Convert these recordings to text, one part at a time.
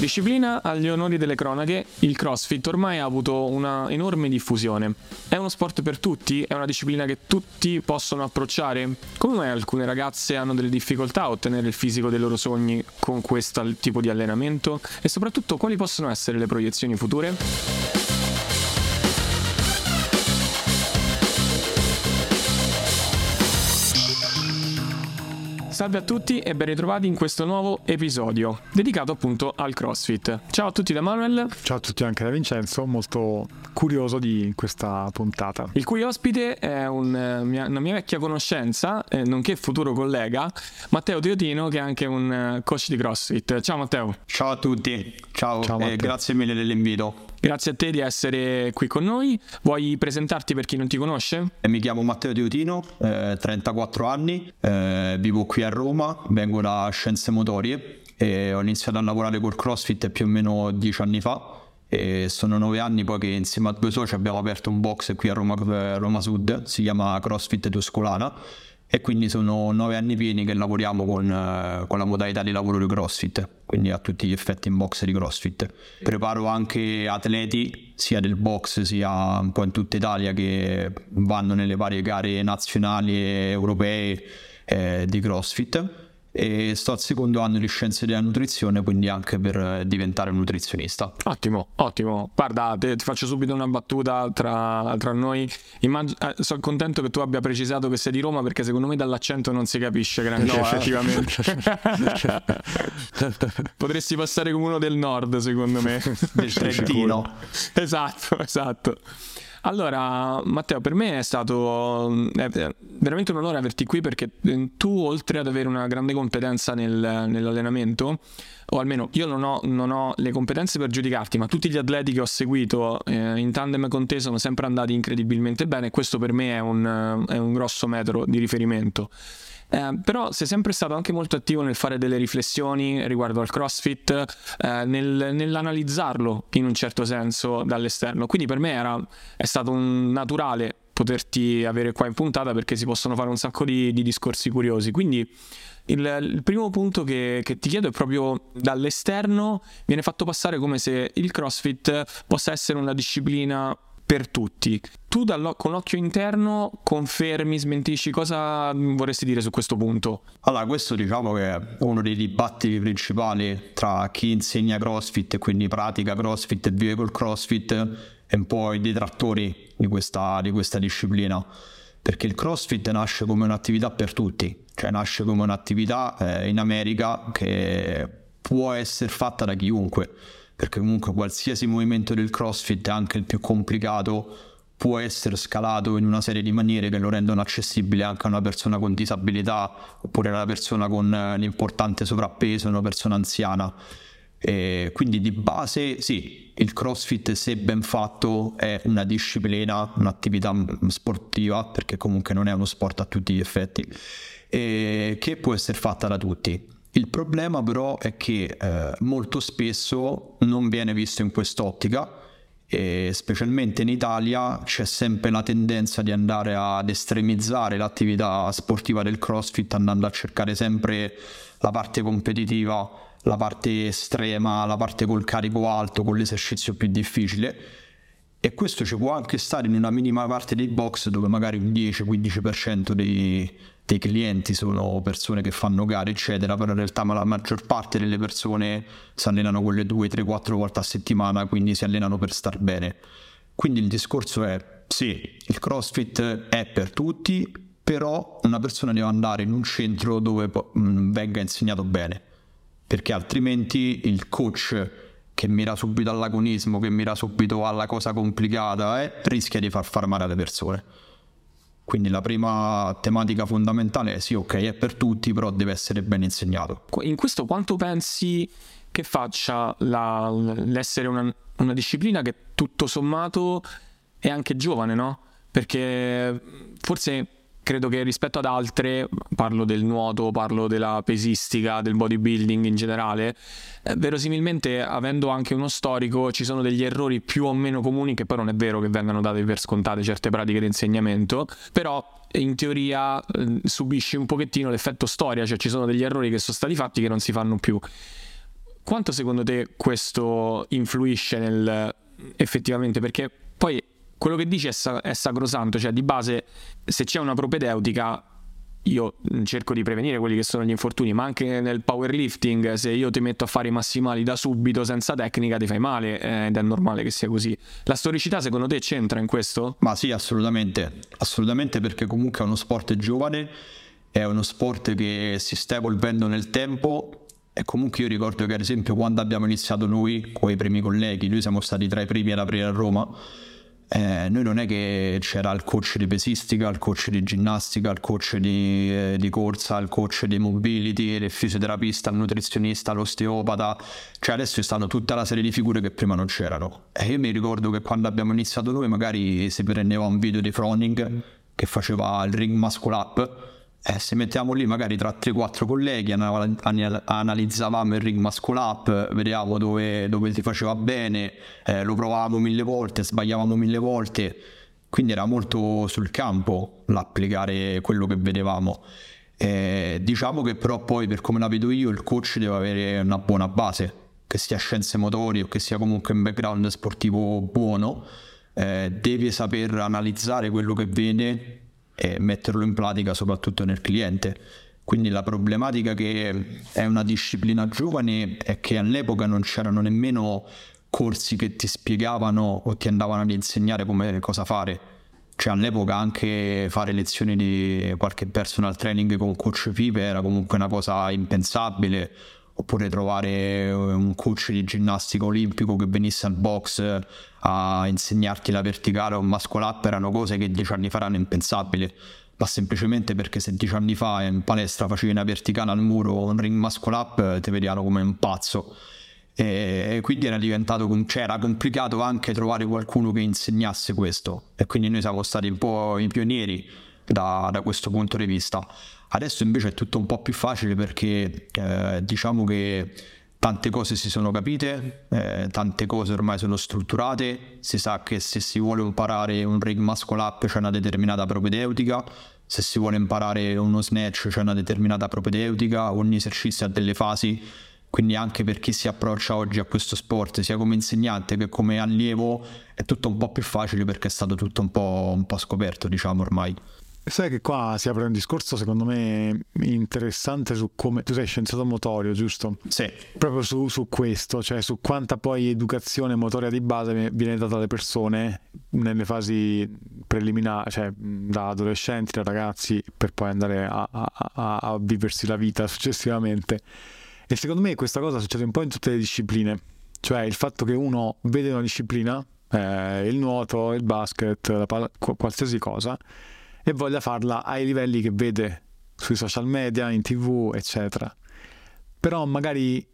Disciplina agli onori delle cronache, il CrossFit ormai ha avuto una enorme diffusione. È uno sport per tutti? È una disciplina che tutti possono approcciare? Come mai alcune ragazze hanno delle difficoltà a ottenere il fisico dei loro sogni con questo tipo di allenamento? E soprattutto quali possono essere le proiezioni future? Salve a tutti e ben ritrovati in questo nuovo episodio dedicato appunto al CrossFit. Ciao a tutti da Manuel. Ciao a tutti anche da Vincenzo, molto curioso di questa puntata. Il cui ospite è una mia vecchia conoscenza, nonché futuro collega, Matteo Teotino, che è anche un coach di CrossFit. Ciao Matteo. Ciao a tutti, ciao e grazie mille dell'invito. Grazie a te di essere qui con noi. Vuoi presentarti per chi non ti conosce? Mi chiamo Matteo Teotino, 34 anni, vivo qui a Roma, vengo da Scienze Motorie e ho iniziato a lavorare col CrossFit più o meno 10 anni fa e sono 9 anni poi che insieme a due soci abbiamo aperto un box qui a Roma Sud, si chiama CrossFit Tuscolana. E quindi sono 9 anni pieni che lavoriamo con la modalità di lavoro di CrossFit, quindi a tutti gli effetti in box di CrossFit. Preparo anche atleti sia del box sia un po' in tutta Italia che vanno nelle varie gare nazionali e europee di CrossFit. E sto al secondo anno di scienze della nutrizione, quindi anche per diventare un nutrizionista. Ottimo. Guarda, ti faccio subito una battuta tra noi. Sono contento che tu abbia precisato che sei di Roma, perché secondo me dall'accento non si capisce granché, effettivamente. Potresti passare come uno del nord, secondo me. Del Trentino. Esatto. Allora, Matteo, per me è stato veramente un onore averti qui, perché tu, oltre ad avere una grande competenza nell'allenamento, o almeno io non ho le competenze per giudicarti, ma tutti gli atleti che ho seguito in tandem con te sono sempre andati incredibilmente bene, e questo per me è un grosso metro di riferimento. Però sei sempre stato anche molto attivo nel fare delle riflessioni riguardo al CrossFit, nell'analizzarlo in un certo senso dall'esterno, quindi per me è stato un naturale poterti avere qua in puntata, perché si possono fare un sacco di discorsi curiosi. Quindi il primo punto che ti chiedo è proprio: dall'esterno viene fatto passare come se il CrossFit possa essere una disciplina per tutti. Tu con l'occhio interno confermi, smentisci? Cosa vorresti dire su questo punto? Allora, questo diciamo che è uno dei dibattiti principali tra chi insegna CrossFit e quindi pratica CrossFit e vive col CrossFit e un po' i detrattori di questa disciplina, perché il CrossFit nasce come un'attività per tutti, cioè nasce come un'attività in America che può essere fatta da chiunque, perché comunque qualsiasi movimento del CrossFit, anche il più complicato, può essere scalato in una serie di maniere che lo rendono accessibile anche a una persona con disabilità, oppure a una persona con l'importante sovrappeso, una persona anziana. E quindi di base sì, il CrossFit, se ben fatto, è una disciplina, un'attività sportiva, perché comunque non è uno sport a tutti gli effetti, e che può essere fatta da tutti. Il problema però è che molto spesso non viene visto in quest'ottica, e specialmente in Italia c'è sempre la tendenza di andare ad estremizzare l'attività sportiva del CrossFit, andando a cercare sempre la parte competitiva, la parte estrema, la parte col carico alto, con l'esercizio più difficile. E questo ci può anche stare in una minima parte dei box, dove magari un 10-15% dei clienti sono persone che fanno gare eccetera, però in realtà la maggior parte delle persone si allenano quelle 2, 3, 4 volte a settimana, quindi si allenano per star bene. Quindi il discorso è: sì, il CrossFit è per tutti, però una persona deve andare in un centro dove venga insegnato bene, perché altrimenti il coach che mira subito all'agonismo, che mira subito alla cosa complicata, rischia di far male alle persone. Quindi la prima tematica fondamentale è: sì, ok, è per tutti, però deve essere ben insegnato. In questo quanto pensi che faccia l'essere una disciplina che tutto sommato è anche giovane, no? Perché forse credo che rispetto ad altre, parlo del nuoto, parlo della pesistica, del bodybuilding in generale, verosimilmente, avendo anche uno storico, ci sono degli errori più o meno comuni, che poi non è vero che vengano date per scontate certe pratiche di insegnamento, però in teoria subisci un pochettino l'effetto storia, cioè ci sono degli errori che sono stati fatti che non si fanno più. quanto secondo te questo influisce nel effettivamente, perché poi quello che dici è sacrosanto, cioè di base se c'è una propedeutica io cerco di prevenire quelli che sono gli infortuni, ma anche nel powerlifting se io ti metto a fare i massimali da subito senza tecnica ti fai male, ed è normale che sia così. La storicità secondo te c'entra in questo? Ma sì, assolutamente, perché comunque è uno sport giovane, è uno sport che si sta evolvendo nel tempo, e comunque io ricordo che ad esempio quando abbiamo iniziato noi con i primi colleghi, noi siamo stati tra i primi ad aprire a Roma. Noi non è che c'era il coach di pesistica, il coach di ginnastica, il coach di corsa, il coach di mobility, il fisioterapista, il nutrizionista, l'osteopata, cioè adesso stanno tutta la serie di figure che prima non c'erano. E io mi ricordo che quando abbiamo iniziato noi magari si prendeva un video di Froning che faceva il ring muscle up, se mettiamo lì magari tra 3-4 colleghi analizzavamo il ring muscle up, vedevamo dove ti faceva bene, lo provavamo 1000 volte, sbagliavamo 1000 volte, quindi era molto sul campo l'applicare quello che vedevamo. Diciamo che però poi, per come la vedo io, il coach deve avere una buona base, che sia scienze motorie o che sia comunque un background sportivo buono, deve saper analizzare quello che vede e metterlo in pratica soprattutto nel cliente. Quindi la problematica che è una disciplina giovane è che all'epoca non c'erano nemmeno corsi che ti spiegavano o ti andavano ad insegnare cosa fare. Cioè all'epoca anche fare lezioni di qualche personal training con coach FIPE era comunque una cosa impensabile, oppure trovare un coach di ginnastica olimpico che venisse al box a insegnarti la verticale o un muscle up erano cose che 10 anni fa erano impensabili, ma semplicemente perché se 10 anni fa in palestra facevi una verticale al muro o un ring muscle up ti vedevano come un pazzo, e quindi era complicato anche trovare qualcuno che insegnasse questo, e quindi noi siamo stati un po' i pionieri da questo punto di vista. Adesso invece è tutto un po' più facile perché diciamo che tante cose si sono capite, tante cose ormai sono strutturate, si sa che se si vuole imparare un ring muscle up c'è una determinata propedeutica, se si vuole imparare uno snatch c'è una determinata propedeutica, ogni esercizio ha delle fasi, quindi anche per chi si approccia oggi a questo sport sia come insegnante che come allievo è tutto un po' più facile perché è stato tutto un po' scoperto, diciamo, ormai. Sai che qua si apre un discorso secondo me interessante su come... Tu sei scienziato motorio, giusto? Sì. Proprio su questo, cioè su quanta poi educazione motoria di base viene data alle persone nelle fasi preliminari, cioè da adolescenti, da ragazzi, per poi andare a viversi la vita successivamente. E secondo me questa cosa succede un po' in tutte le discipline, cioè il fatto che uno vede una disciplina, il nuoto, il basket, qualsiasi cosa, e voglia farla ai livelli che vede sui social media, in TV, eccetera. Però magari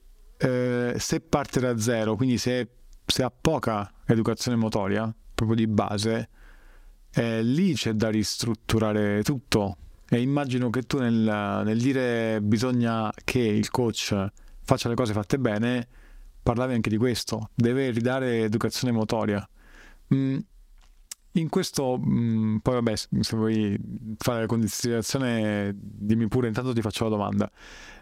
se parte da zero, quindi se ha poca educazione motoria, proprio di base, lì c'è da ristrutturare tutto. E immagino che tu nel dire bisogna che il coach faccia le cose fatte bene, parlavi anche di questo, deve ridare educazione motoria. In questo, poi vabbè, se vuoi fare la considerazione dimmi pure, intanto ti faccio la domanda.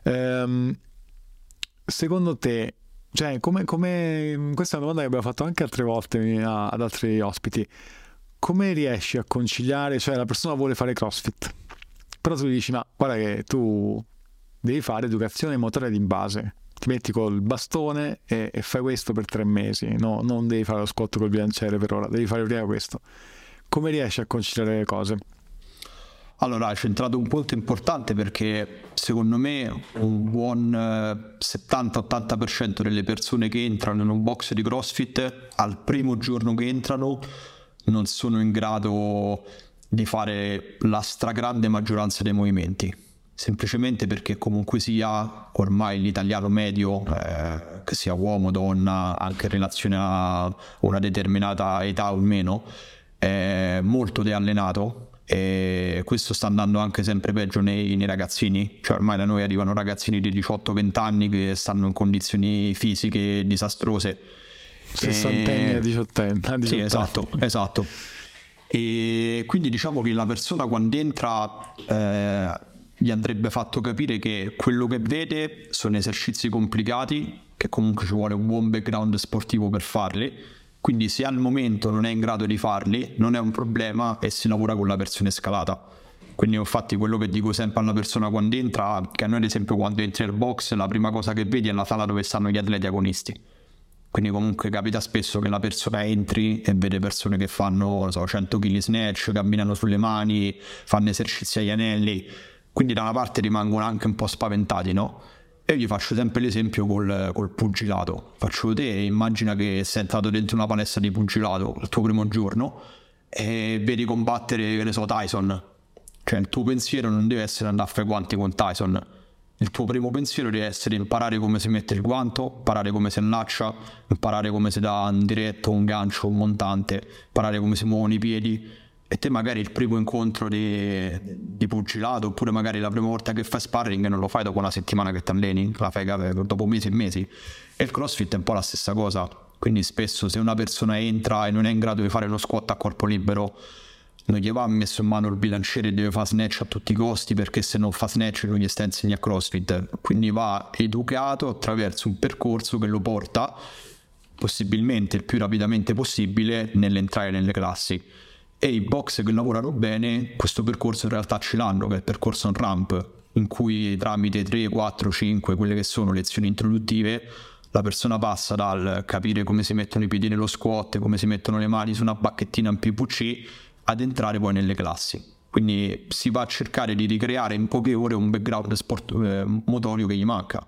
Secondo te, cioè come questa è una domanda che abbiamo fatto anche altre volte ad altri ospiti, come riesci a conciliare, cioè la persona vuole fare CrossFit, però tu gli dici ma guarda che tu devi fare educazione motoria di base, ti metti col bastone e fai questo per 3 mesi, no, non devi fare lo squat col bilanciere per ora, devi fare prima questo. Come riesci a conciliare le cose? Allora, hai centrato un punto importante perché secondo me un buon 70-80% delle persone che entrano in un box di CrossFit al primo giorno che entrano non sono in grado di fare la stragrande maggioranza dei movimenti, semplicemente perché comunque sia ormai l'italiano medio, che sia uomo o donna, anche in relazione a una determinata età o meno, è molto deallenato, e questo sta andando anche sempre peggio nei ragazzini, cioè ormai da noi arrivano ragazzini di 18-20 anni che stanno in condizioni fisiche disastrose, 60enni a 18 sì, esatto. E quindi diciamo che la persona quando entra gli andrebbe fatto capire che quello che vede sono esercizi complicati che comunque ci vuole un buon background sportivo per farli, quindi se al momento non è in grado di farli non è un problema e si lavora con la versione scalata. Quindi infatti quello che dico sempre alla persona quando entra, che a noi ad esempio quando entri al box la prima cosa che vedi è la sala dove stanno gli atleti agonisti. Quindi comunque capita spesso che la persona entri e vede persone che fanno, non so, 100 kg snatch, camminano sulle mani, fanno esercizi agli anelli, quindi da una parte rimangono anche un po' spaventati, no? E io gli faccio sempre l'esempio col pugilato. Faccio te, immagina che sei entrato dentro una palestra di pugilato il tuo primo giorno e vedi combattere, che ne so, Tyson. Cioè il tuo pensiero non deve essere andare a fare guanti con Tyson. Il tuo primo pensiero deve essere imparare come si mette il guanto, imparare come si allaccia, imparare come si dà un diretto, un gancio, un montante, imparare come si muovono i piedi. E te magari il primo incontro di pugilato, oppure magari la prima volta che fai sparring non lo fai dopo una settimana che ti alleni, la fai dopo mesi e mesi. E il CrossFit è un po' la stessa cosa. Quindi spesso se una persona entra e non è in grado di fare lo squat a corpo libero, non gli va messo in mano il bilanciere e deve fare snatch a tutti i costi, perché se non fa snatch non gli sta insegnando CrossFit. Quindi va educato attraverso un percorso che lo porta possibilmente il più rapidamente possibile nell'entrare nelle classi. E i box che lavorano bene questo percorso in realtà ce l'hanno, che è il percorso on ramp, in cui tramite 3, 4, 5 quelle che sono lezioni introduttive la persona passa dal capire come si mettono i piedi nello squat, come si mettono le mani su una bacchettina in PVC, ad entrare poi nelle classi. Quindi si va a cercare di ricreare in poche ore un background motorio che gli manca.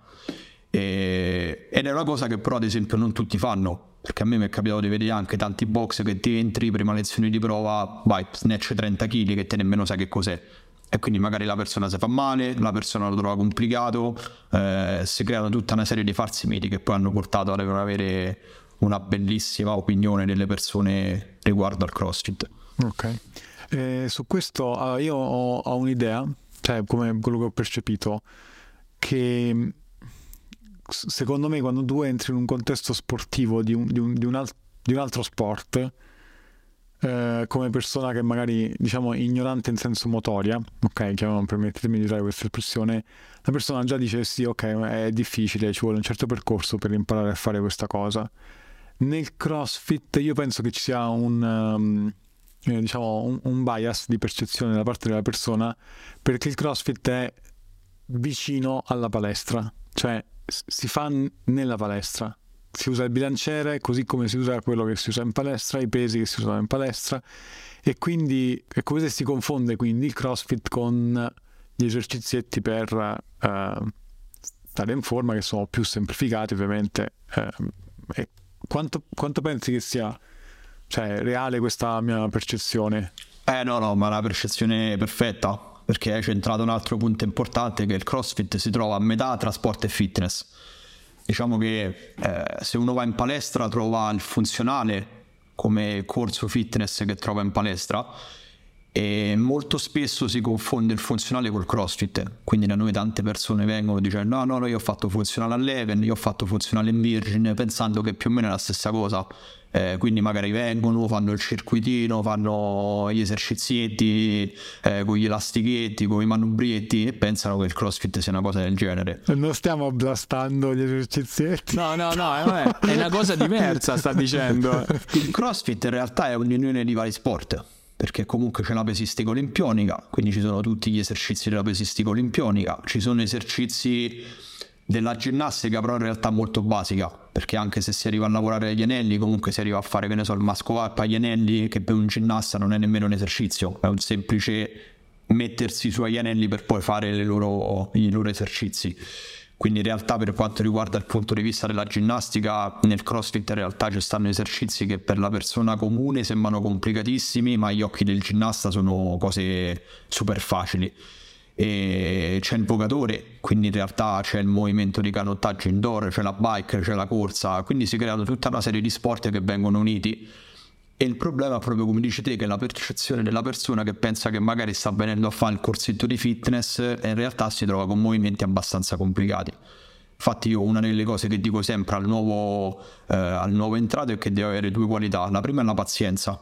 Ed è una cosa che però ad esempio non tutti fanno, perché a me mi è capitato di vedere anche tanti box che ti entri, prima lezione di prova, vai, snatch 30 kg che te nemmeno sai che cos'è. E quindi magari la persona si fa male, la persona lo trova complicato, si creano tutta una serie di falsi miti che poi hanno portato ad avere una bellissima opinione delle persone riguardo al CrossFit. Ok, su questo io ho un'idea, cioè come quello che ho percepito, che secondo me quando tu entri in un contesto sportivo di un altro sport, come persona che magari diciamo ignorante in senso motoria, ok, permettetemi di usare questa espressione, la persona già dice sì, ok, è difficile, ci vuole un certo percorso per imparare a fare questa cosa. Nel CrossFit io penso che ci sia un bias di percezione da parte della persona, perché il CrossFit è vicino alla palestra, cioè si fa nella palestra, si usa il bilanciere così come si usa quello che si usa in palestra, i pesi che si usano in palestra, e quindi è come se si confonde quindi il CrossFit con gli esercizietti per stare in forma, che sono più semplificati ovviamente. E quanto pensi che sia, cioè, reale questa mia percezione? No, ma la percezione è perfetta, perché hai centrato un altro punto importante, che il CrossFit si trova a metà tra sport e fitness. Diciamo che se uno va in palestra trova il funzionale come corso fitness che trova in palestra, e molto spesso si confonde il funzionale col CrossFit. Quindi da noi tante persone vengono dicendo no, io ho fatto funzionale all'Even, io ho fatto funzionale in Virgin, pensando che più o meno è la stessa cosa. Quindi magari vengono, fanno il circuitino, fanno gli esercizietti con gli elastichetti, con i manubrietti, e pensano che il CrossFit sia una cosa del genere. Non stiamo blastando gli esercizietti. No, è una cosa diversa, sta dicendo. Il CrossFit in realtà è un'unione di vari sport, perché comunque c'è la pesistica olimpionica, quindi ci sono tutti gli esercizi della pesistica olimpionica, ci sono esercizi della ginnastica però in realtà molto basica, perché anche se si arriva a lavorare agli anelli comunque si arriva a fare, che ne so, il muscle up agli anelli, che per un ginnasta non è nemmeno un esercizio, è un semplice mettersi su agli anelli per poi fare i loro esercizi. Quindi in realtà per quanto riguarda il punto di vista della ginnastica, nel CrossFit in realtà ci stanno esercizi che per la persona comune sembrano complicatissimi, ma agli occhi del ginnasta sono cose super facili. E c'è il vogatore, quindi in realtà c'è il movimento di canottaggio indoor, c'è la bike, c'è la corsa, quindi si creano tutta una serie di sport che vengono uniti. E il problema è proprio come dici te, che è la percezione della persona che pensa che magari sta venendo a fare il corsetto di fitness e in realtà si trova con movimenti abbastanza complicati. Infatti io una delle cose che dico sempre al nuovo entrato è che deve avere due qualità. La prima è la pazienza,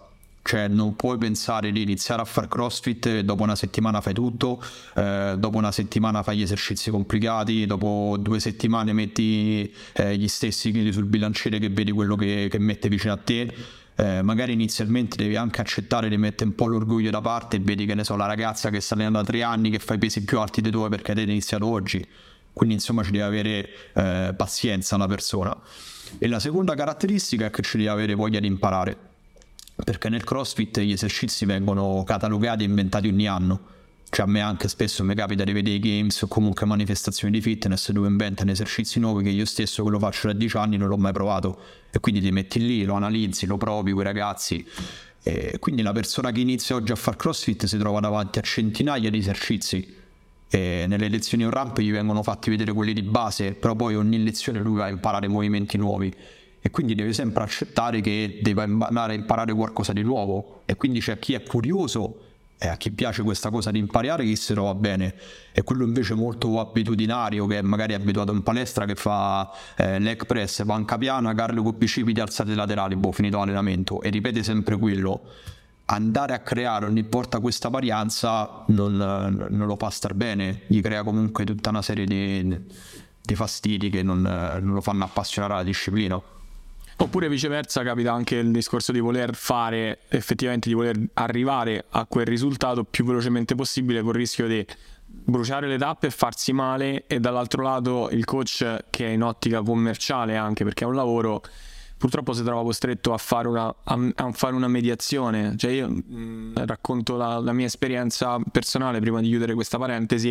Cioè non puoi pensare di iniziare a fare CrossFit e dopo una settimana fai tutto, dopo una settimana fai gli esercizi complicati, dopo 2 settimane metti gli stessi chili sul bilanciere che vedi quello che mette vicino a te. Magari inizialmente devi anche accettare di mettere un po' l'orgoglio da parte e vedi, che ne so, la ragazza che sta allenando da 3 anni che fa i pesi più alti dei tuoi perché te hai iniziato oggi. Quindi insomma ci deve avere pazienza una persona. E la seconda caratteristica è che ci deve avere voglia di imparare, perché nel CrossFit gli esercizi vengono catalogati e inventati ogni anno. Cioè a me anche spesso mi capita di vedere i games o comunque manifestazioni di fitness dove inventano esercizi nuovi che io stesso, che lo faccio da 10 anni, non l'ho mai provato, e quindi ti metti lì, lo analizzi, lo provi con i ragazzi. E quindi la persona che inizia oggi a fare CrossFit si trova davanti a centinaia di esercizi, e nelle lezioni on ramp gli vengono fatti vedere quelli di base, però poi ogni lezione lui va a imparare movimenti nuovi, e quindi deve sempre accettare che deve andare a imparare qualcosa di nuovo. E quindi c'è chi è curioso e a chi piace questa cosa di imparare, chi si trova bene, e quello invece molto abitudinario, che magari è abituato in palestra, che fa leg press, panca piana, cardio con bicipiti alzati laterali, finito l'allenamento, e ripete sempre quello. Andare a creare ogni volta questa varianza non lo fa star bene, gli crea comunque tutta una serie di fastidi che non lo fanno appassionare alla disciplina. Oppure viceversa capita anche il discorso di voler fare, effettivamente di voler arrivare a quel risultato più velocemente possibile, con il rischio di bruciare le tappe e farsi male, e dall'altro lato il coach, che è in ottica commerciale anche perché è un lavoro, purtroppo si trova costretto a fare una mediazione. Cioè io racconto la mia esperienza personale prima di chiudere questa parentesi.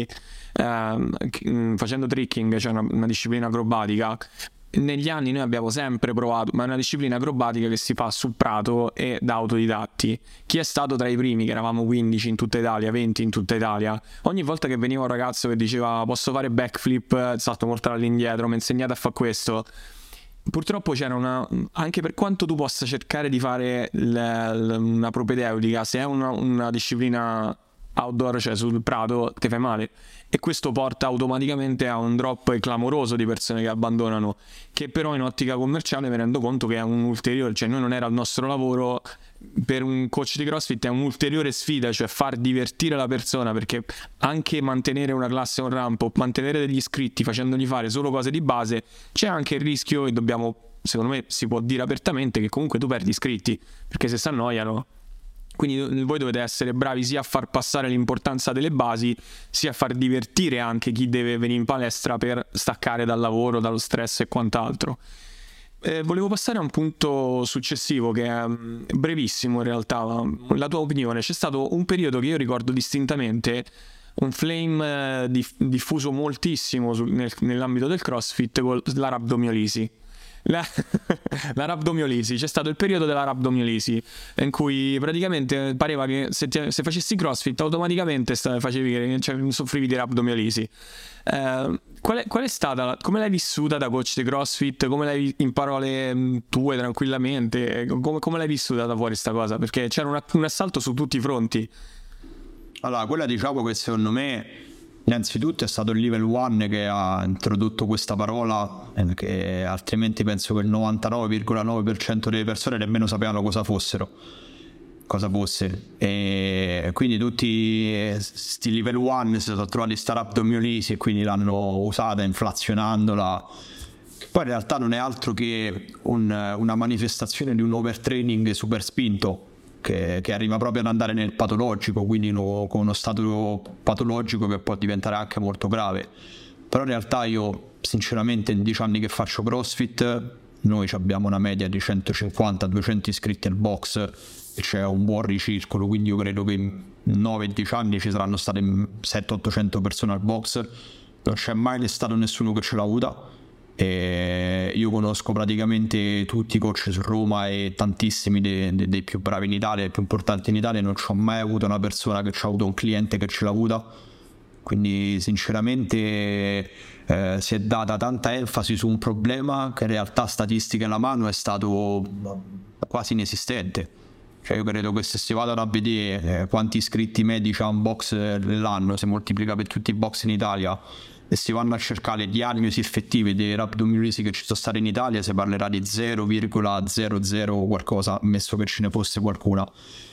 Facendo tricking, cioè una disciplina acrobatica, negli anni noi abbiamo sempre provato, ma è una disciplina acrobatica che si fa su prato e da autodidatti. Chi è stato tra i primi, che eravamo 15 in tutta Italia, 20 in tutta Italia, ogni volta che veniva un ragazzo che diceva posso fare backflip, salto mortale all'indietro, mi insegnate a fare questo, purtroppo c'era anche per quanto tu possa cercare di fare una propedeutica, se è una disciplina outdoor, cioè sul prato, ti fai male, e questo porta automaticamente a un drop clamoroso di persone che abbandonano, che però in ottica commerciale mi rendo conto che è un ulteriore, cioè noi non era il nostro lavoro, per un coach di CrossFit è un'ulteriore sfida, cioè far divertire la persona, perché anche mantenere una classe on ramp o mantenere degli iscritti facendogli fare solo cose di base, c'è anche il rischio, e secondo me si può dire apertamente, che comunque tu perdi iscritti perché se si annoiano. Quindi voi dovete essere bravi sia a far passare l'importanza delle basi, sia a far divertire anche chi deve venire in palestra per staccare dal lavoro, dallo stress e quant'altro. Volevo passare a un punto successivo che è brevissimo in realtà. La tua opinione. C'è stato un periodo che io ricordo distintamente, un flame diffuso moltissimo nell'ambito del CrossFit, con la rabdomiolisi. La rabdomiolisi, c'è stato il periodo della rabdomiolisi in cui praticamente pareva che se facessi CrossFit automaticamente soffrivi di rabdomiolisi. Qual è stata, come l'hai vissuta da coach di CrossFit? Come l'hai, in parole tue tranquillamente, come l'hai vissuta da fuori sta cosa? Perché c'era un assalto su tutti i fronti. Allora, quella diciamo che secondo me innanzitutto è stato il Level 1 che ha introdotto questa parola, che altrimenti penso che il 99,9% delle persone nemmeno sapevano cosa fosse, e quindi tutti sti Level 1 si sono trovati sta rabdomiolisi e quindi l'hanno usata inflazionandola. Poi in realtà non è altro che una manifestazione di un overtraining super spinto, che arriva proprio ad andare nel patologico, quindi con uno stato patologico che può diventare anche molto grave. Però in realtà io sinceramente in 10 anni che faccio CrossFit, noi abbiamo una media di 150-200 iscritti al box e c'è un buon ricircolo, quindi io credo che in 9-10 anni ci saranno state 700-800 persone al box. Non c'è mai stato nessuno che ce l'ha avuta. E io conosco praticamente tutti i coach su Roma e tantissimi dei più bravi in Italia, dei più importanti in Italia. Non ci ho mai avuto una persona che ci ha avuto un cliente che ce l'ha avuta, quindi sinceramente si è data tanta enfasi su un problema che in realtà statistica alla mano è stato quasi inesistente. Cioè io credo che se si vadano a vedere quanti iscritti medi c'ha un box l'anno, se moltiplica per tutti i box in Italia e si vanno a cercare le diagnosi effettive dei rhabdomyolysi che ci sono state in Italia, si parlerà di 0,00 qualcosa, ammesso che ce ne fosse qualcuna.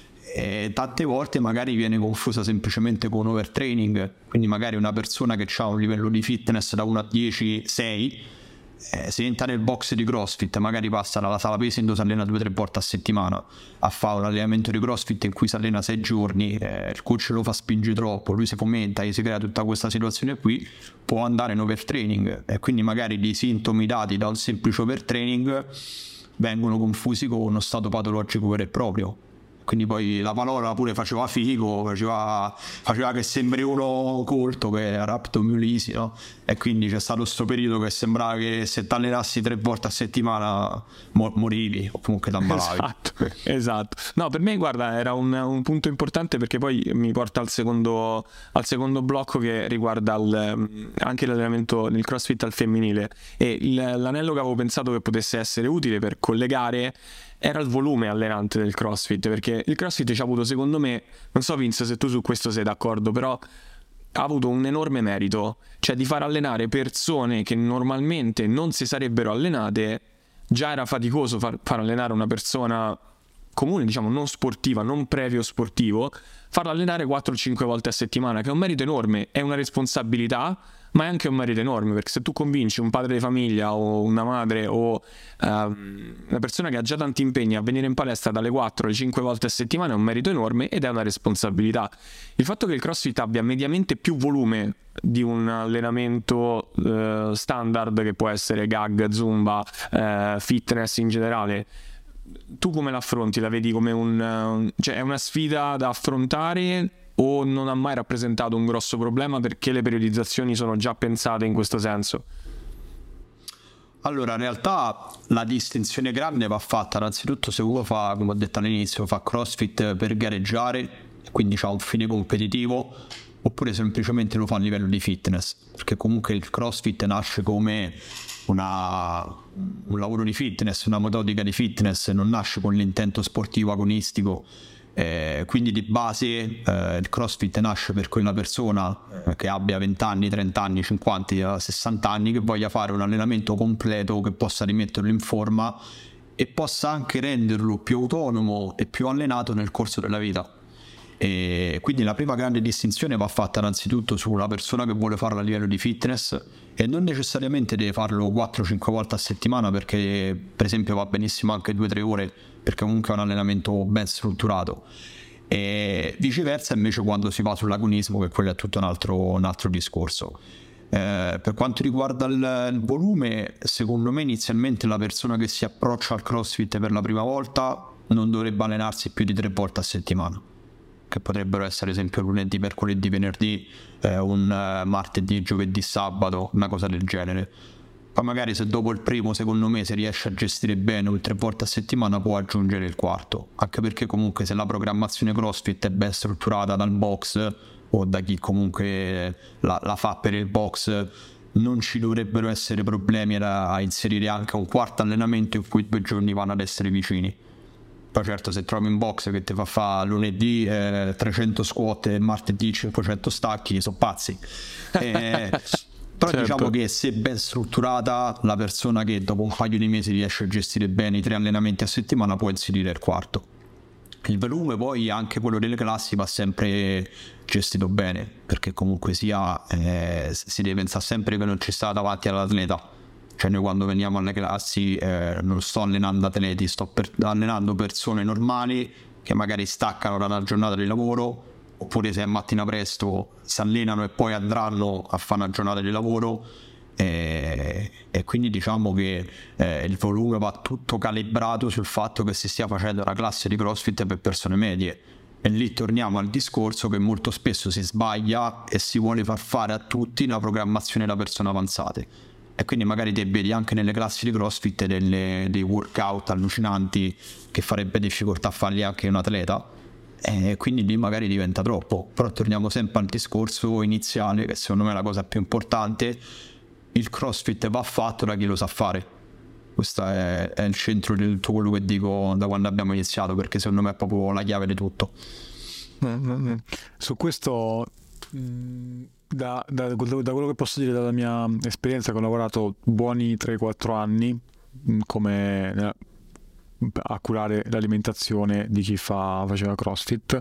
E tante volte magari viene confusa semplicemente con overtraining, quindi magari una persona che ha un livello di fitness da 1 a 10, 6, se entra nel box di CrossFit, magari passa dalla sala pesi e si allena 2 o 3 volte a settimana, a fare un allenamento di CrossFit in cui si allena 6 giorni, il coach lo fa spingere troppo, lui si fomenta e si crea tutta questa situazione qui, può andare in overtraining, e quindi magari i sintomi dati da un semplice overtraining vengono confusi con uno stato patologico vero e proprio. Quindi poi la parola pure faceva figo, faceva che sembri uno colto, che era rhabdomyolysi, no? E quindi c'è stato questo periodo che sembrava che se ti allenassi 3 volte a settimana morivi o comunque ti ammalavi. Esatto. No, per me guarda, era un punto importante, perché poi mi porta al secondo blocco, che riguarda anche l'allenamento nel CrossFit al femminile, e l'anello che avevo pensato che potesse essere utile per collegare era il volume allenante del CrossFit, perché il CrossFit ci ha avuto, secondo me, non so Vince se tu su questo sei d'accordo, però ha avuto un enorme merito, cioè di far allenare persone che normalmente non si sarebbero allenate. Già era faticoso far allenare una persona comune, diciamo non sportiva, non previo sportivo, farla allenare 4-5 volte a settimana, che è un merito enorme, è una responsabilità, ma è anche un merito enorme, perché se tu convinci un padre di famiglia o una madre o una persona che ha già tanti impegni a venire in palestra dalle 4 alle 5 volte a settimana, è un merito enorme ed è una responsabilità. Il fatto che il CrossFit abbia mediamente più volume di un allenamento standard, che può essere gag, zumba, fitness in generale, tu come l'affronti? La vedi come cioè è una sfida da affrontare, o non ha mai rappresentato un grosso problema perché le periodizzazioni sono già pensate in questo senso? Allora, in realtà la distinzione grande va fatta innanzitutto se uno fa, come ho detto all'inizio, fa CrossFit per gareggiare, quindi ha un fine competitivo, oppure semplicemente lo fa a livello di fitness, perché comunque il CrossFit nasce come un lavoro di fitness, una metodica di fitness, non nasce con l'intento sportivo agonistico. Quindi di base il CrossFit nasce per quella persona che abbia 20 anni, 30 anni, 50, 60 anni, che voglia fare un allenamento completo, che possa rimetterlo in forma e possa anche renderlo più autonomo e più allenato nel corso della vita. E quindi la prima grande distinzione va fatta innanzitutto sulla persona che vuole farlo a livello di fitness, e non necessariamente deve farlo 4-5 volte a settimana, perché per esempio va benissimo anche 2-3 ore, perché comunque è un allenamento ben strutturato. E viceversa invece quando si va sull'agonismo, che quello è tutto un altro discorso. Per quanto riguarda il volume, secondo me inizialmente la persona che si approccia al CrossFit per la prima volta non dovrebbe allenarsi più di 3 volte a settimana, che potrebbero essere ad esempio lunedì, mercoledì, venerdì, un martedì, giovedì, sabato, una cosa del genere. Poi magari se dopo il primo, secondo me, se riesce a gestire bene un 3 volte a settimana, può aggiungere il quarto, anche perché comunque se la programmazione CrossFit è ben strutturata dal box o da chi comunque la fa per il box, non ci dovrebbero essere problemi a inserire anche un quarto allenamento in cui 2 giorni vanno ad essere vicini. Poi certo, se trovi un box che ti fa fare lunedì 300 squat e martedì 500 stacchi, sono pazzi. Però certo, diciamo che se ben strutturata, la persona che dopo un paio di mesi riesce a gestire bene i 3 allenamenti a settimana può inserire il quarto. Il volume poi, anche quello delle classi, va sempre gestito bene, perché comunque sia si deve pensare sempre che non ci sta davanti all'atleta. Cioè noi quando veniamo alle classi non sto allenando atleti, sto allenando persone normali che magari staccano dalla giornata di lavoro, oppure se è mattina presto si allenano e poi andranno a fare una giornata di lavoro, e quindi diciamo che il volume va tutto calibrato sul fatto che si stia facendo una classe di CrossFit per persone medie. E lì torniamo al discorso che molto spesso si sbaglia e si vuole far fare a tutti una programmazione da persone avanzate, e quindi magari te vedi anche nelle classi di CrossFit dei workout allucinanti che farebbe difficoltà a farli anche un atleta, e quindi lì magari diventa troppo. Però torniamo sempre al discorso iniziale, che secondo me è la cosa più importante: il CrossFit va fatto da chi lo sa fare. Questo è il centro di tutto quello che dico da quando abbiamo iniziato, perché secondo me è proprio la chiave di tutto. Su questo Da quello che posso dire dalla mia esperienza, che ho lavorato buoni 3-4 anni a curare l'alimentazione di chi faceva CrossFit,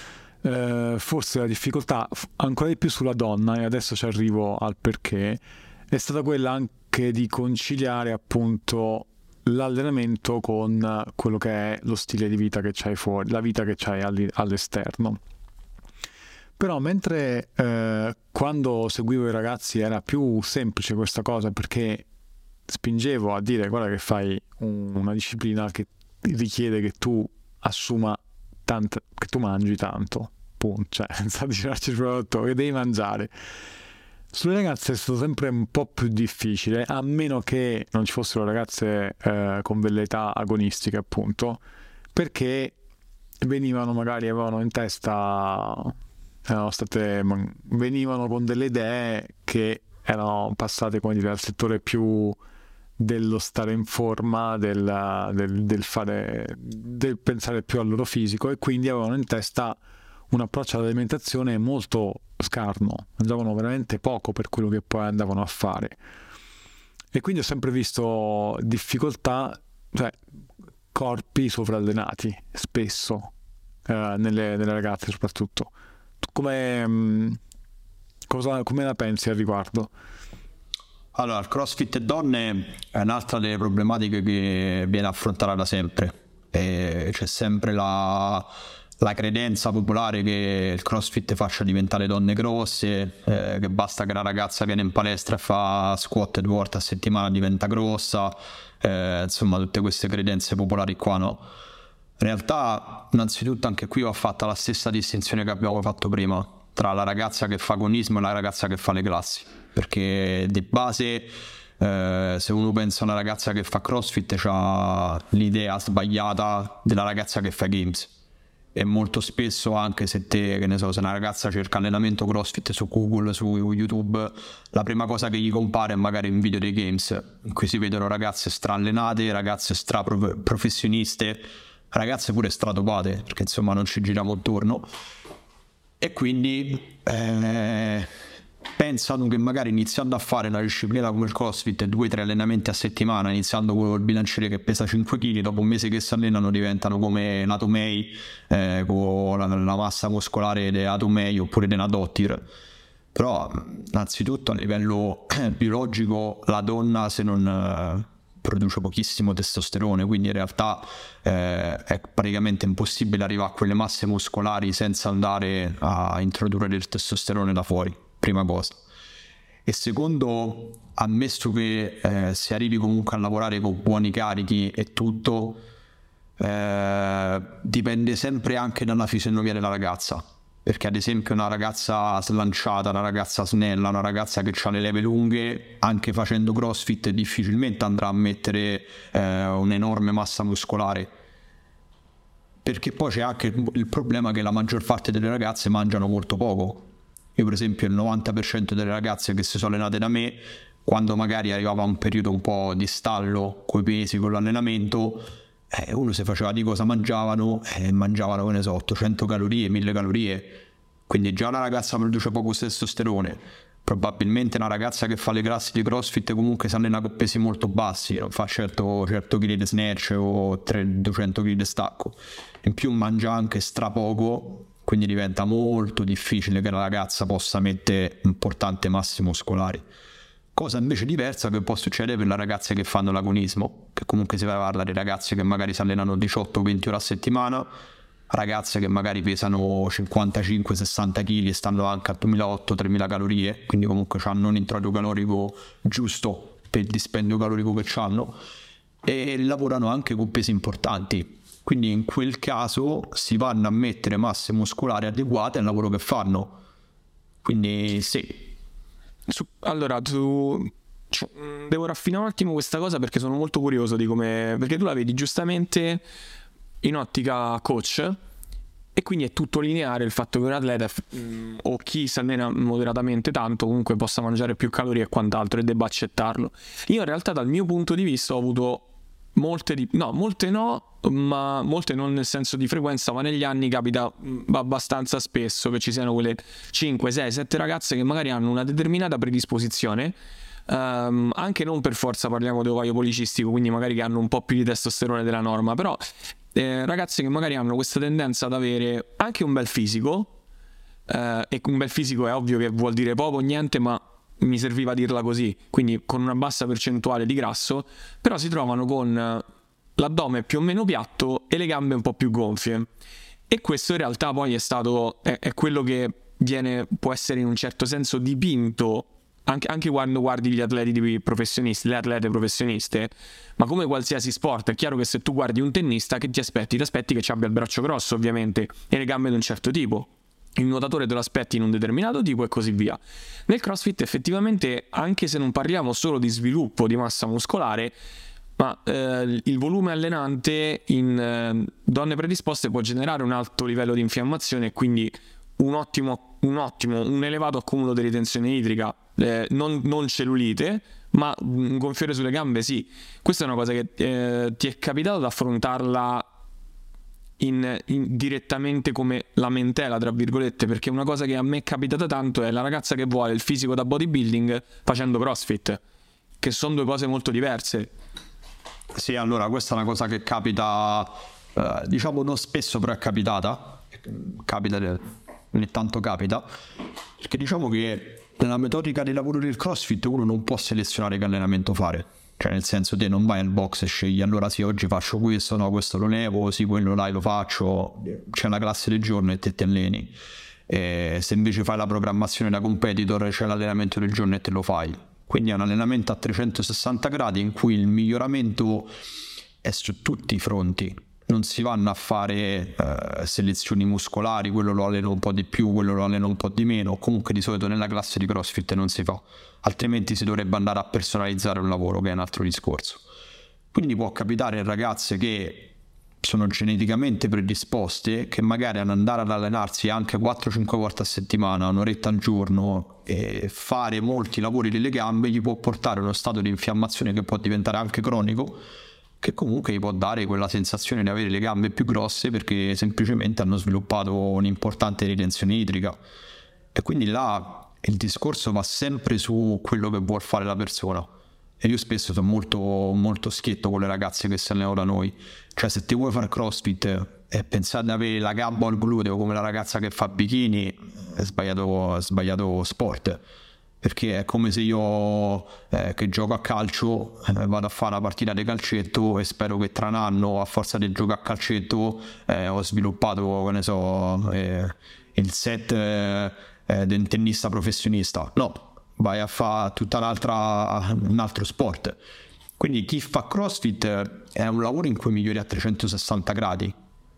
forse la difficoltà ancora di più sulla donna, e adesso ci arrivo al perché, è stata quella anche di conciliare appunto l'allenamento con quello che è lo stile di vita che c'hai fuori, la vita che c'hai all'esterno. Però mentre quando seguivo i ragazzi era più semplice questa cosa, perché spingevo a dire guarda che fai una disciplina che richiede che tu assuma tanto, che tu mangi tanto, punto, cioè senza girarci il prodotto, che devi mangiare. Sulle ragazze è stato sempre un po' più difficile, a meno che non ci fossero ragazze con velleità agonistiche, appunto, perché avevano in testa, venivano con delle idee che erano passate, come dire, al settore più dello stare in forma, del pensare più al loro fisico, e quindi avevano in testa un approccio all'alimentazione molto scarno, mangiavano veramente poco per quello che poi andavano a fare, e quindi ho sempre visto difficoltà, cioè corpi sovrallenati spesso nelle ragazze soprattutto. Tu come la pensi al riguardo? Allora, il CrossFit e donne è un'altra delle problematiche che viene affrontata da sempre, e c'è sempre la credenza popolare che il CrossFit faccia diventare donne grosse, che basta che la ragazza viene in palestra e fa squat 2 volte a settimana diventa grossa, insomma tutte queste credenze popolari qua, no? In realtà, innanzitutto, anche qui va fatta la stessa distinzione che abbiamo fatto prima tra la ragazza che fa agonismo e la ragazza che fa le classi, perché di base se uno pensa a una ragazza che fa CrossFit c'ha l'idea sbagliata della ragazza che fa Games, e molto spesso, anche se te, che ne so, se una ragazza cerca allenamento CrossFit su Google, su YouTube, la prima cosa che gli compare è magari un video dei Games in cui si vedono ragazze straallenate, ragazze professioniste, ragazze pure stratopate, perché insomma non ci giriamo intorno, e quindi pensano che magari iniziando a fare una disciplina come il CrossFit 2-3 allenamenti a settimana, iniziando con il bilanciere che pesa 5 kg, dopo un mese che si allenano diventano come Natomei, con la massa muscolare di Atomei oppure di Nadottir. Però innanzitutto a livello biologico la donna, se non produce pochissimo testosterone, quindi in realtà è praticamente impossibile arrivare a quelle masse muscolari senza andare a introdurre del testosterone da fuori, prima cosa. E secondo, ammesso che si arrivi comunque a lavorare con buoni carichi e tutto, dipende sempre anche dalla fisionomia della ragazza, perché ad esempio una ragazza slanciata, una ragazza snella, una ragazza che ha le leve lunghe, anche facendo CrossFit difficilmente andrà a mettere un'enorme massa muscolare, perché poi c'è anche il problema che la maggior parte delle ragazze mangiano molto poco. Io per esempio il 90% delle ragazze che si sono allenate da me, quando magari arrivava un periodo un po' di stallo coi pesi, con l'allenamento, uno si faceva di cosa mangiavano, mangiavano, che ne so, 800 calorie, 1000 calorie, quindi già una ragazza produce poco testosterone. Probabilmente una ragazza che fa le classi di CrossFit comunque si allena con pesi molto bassi, non fa certo kg di snatch o 200 kg di stacco, in più mangia anche strapoco, quindi diventa molto difficile che la ragazza possa mettere importanti massi muscolari. Cosa invece diversa che può succedere per le ragazze che fanno l'agonismo, che comunque si parla di ragazze che magari si allenano 18-20 ore a settimana, ragazze che magari pesano 55-60 kg e stanno anche a 2008-3000 calorie, quindi comunque hanno un introito calorico giusto per il dispendio calorico che hanno, e lavorano anche con pesi importanti. Quindi in quel caso si vanno a mettere masse muscolari adeguate al lavoro che fanno. Quindi sì. Allora, devo raffinare un attimo questa cosa, perché sono molto curioso di come, perché tu la vedi giustamente in ottica coach, e quindi è tutto lineare il fatto che un atleta o chi si allena moderatamente tanto comunque possa mangiare più calorie e quant'altro e debba accettarlo. Io in realtà dal mio punto di vista ho avuto molte no, ma molte non nel senso di frequenza, ma negli anni capita abbastanza spesso che ci siano quelle 5, 6, 7 ragazze che magari hanno una determinata predisposizione, anche non per forza parliamo di ovaio policistico, quindi magari che hanno un po' più di testosterone della norma, però ragazze che magari hanno questa tendenza ad avere anche un bel fisico, e un bel fisico è ovvio che vuol dire poco o niente, ma mi serviva a dirla così, quindi con una bassa percentuale di grasso, però si trovano con l'addome più o meno piatto e le gambe un po' più gonfie, e questo in realtà poi è quello che può essere in un certo senso dipinto anche quando guardi gli atleti professionisti, le atlete professioniste, ma come qualsiasi sport è chiaro che se tu guardi un tennista, che ti aspetti? Ti aspetti che ci abbia il braccio grosso ovviamente e le gambe di un certo tipo. Il nuotatore te lo aspetti in un determinato tipo e così via. Nel CrossFit effettivamente, anche se non parliamo solo di sviluppo di massa muscolare, ma il volume allenante in donne predisposte può generare un alto livello di infiammazione e quindi un elevato accumulo di ritenzione idrica, non cellulite, ma un gonfiore sulle gambe sì. Questa è una cosa che ti è capitato ad affrontarla direttamente come lamentela, tra virgolette, perché una cosa che a me è capitata tanto è la ragazza che vuole il fisico da bodybuilding facendo CrossFit, che sono due cose molto diverse. Sì, allora questa è una cosa che capita, diciamo non spesso, però è capitata, ogni tanto capita, perché diciamo che nella metodica di lavoro del CrossFit uno non può selezionare che allenamento fare. Cioè nel senso, te non vai al box e scegli allora sì oggi faccio questo, no questo lo levo, sì quello là lo faccio, c'è la classe del giorno e te ti alleni. Se invece fai la programmazione da competitor c'è l'allenamento del giorno e te lo fai. Quindi è un allenamento a 360 gradi in cui il miglioramento è su tutti i fronti. Non si vanno a fare selezioni muscolari, quello lo alleno un po' di più, quello lo alleno un po' di meno. Comunque di solito nella classe di CrossFit non si fa, altrimenti si dovrebbe andare a personalizzare un lavoro, che è un altro discorso. Quindi può capitare ragazze che sono geneticamente predisposte, che magari ad andare ad allenarsi anche 4-5 volte a settimana, un'oretta al giorno, e fare molti lavori delle gambe gli può portare a uno stato di infiammazione che può diventare anche cronico, che comunque gli può dare quella sensazione di avere le gambe più grosse perché semplicemente hanno sviluppato un'importante ritenzione idrica. E quindi là il discorso va sempre su quello che vuol fare la persona. E io spesso sono molto, molto schietto con le ragazze che si allenano da noi. Cioè se ti vuoi fare CrossFit e pensare di avere la gamba al gluteo come la ragazza che fa bikini, è sbagliato sport. Perché è come se io che gioco a calcio vado a fare una partita di calcetto e spero che tra un anno, a forza di giocare a calcetto, ho sviluppato, che ne so, il set di un tennista professionista. No, vai a fare un altro sport. Quindi chi fa CrossFit è un lavoro in cui migliori a 360 gradi.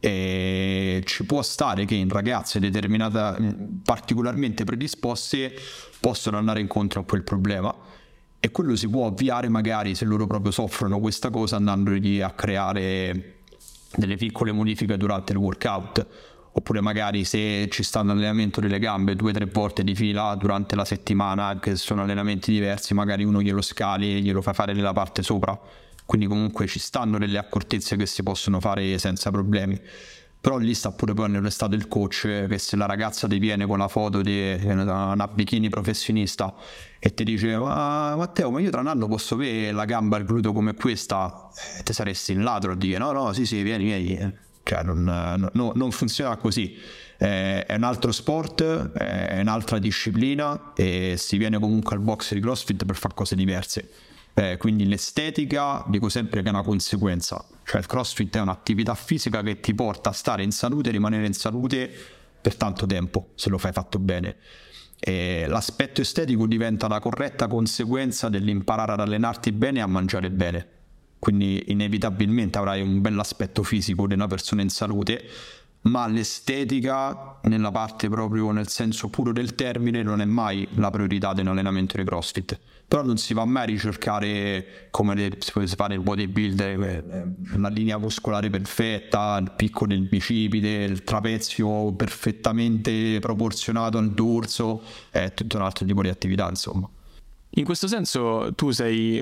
E ci può stare che in ragazze determinate particolarmente predisposte possono andare incontro a quel problema, e quello si può avviare magari se loro proprio soffrono questa cosa andandogli a creare delle piccole modifiche durante il workout, oppure magari se ci sta un allenamento delle gambe 2-3 volte di fila durante la settimana, anche se sono allenamenti diversi, magari uno glielo scali e glielo fai fare nella parte sopra. Quindi comunque ci stanno delle accortezze che si possono fare senza problemi. Però lì sta pure poi nel stato del coach, che se la ragazza ti viene con la foto di una bikini professionista e ti dice ma Matteo, ma io tra un anno posso avere la gamba al gluteo come questa, te saresti in ladro a dire no sì vieni. Cioè non funziona così. È un altro sport, è un'altra disciplina e si viene comunque al box di CrossFit per fare cose diverse. Quindi l'estetica dico sempre che è una conseguenza, cioè il CrossFit è un'attività fisica che ti porta a stare in salute e rimanere in salute per tanto tempo se lo fai fatto bene, e l'aspetto estetico diventa la corretta conseguenza dell'imparare ad allenarti bene e a mangiare bene. Quindi inevitabilmente avrai un bell'aspetto fisico di una persona in salute, ma l'estetica nella parte proprio nel senso puro del termine non è mai la priorità dell'allenamento di CrossFit. Però non si va mai a ricercare come si può fare il bodybuilder, la linea muscolare perfetta, il picco del bicipite, il trapezio perfettamente proporzionato al dorso, è tutto un altro tipo di attività, insomma. In questo senso tu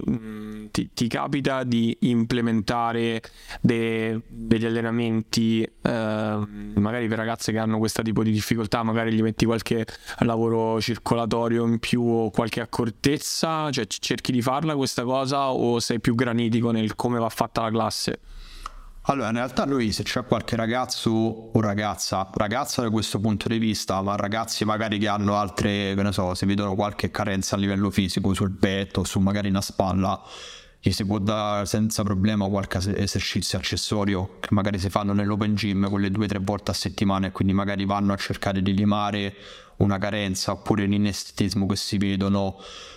ti capita di implementare degli allenamenti magari per ragazze che hanno questo tipo di difficoltà, magari gli metti qualche lavoro circolatorio in più o qualche accortezza, cioè cerchi di farla questa cosa o sei più granitico nel come va fatta la classe? Allora, in realtà noi, se c'è qualche ragazzo o ragazza da questo punto di vista, ma ragazzi magari che hanno altre, che ne so, se vedono qualche carenza a livello fisico sul petto, su magari una spalla, gli si può dare senza problema qualche esercizio accessorio che magari si fanno nell'open gym quelle 2 o 3 volte a settimana, e quindi magari vanno a cercare di limare una carenza oppure l'inestetismo che si vedono.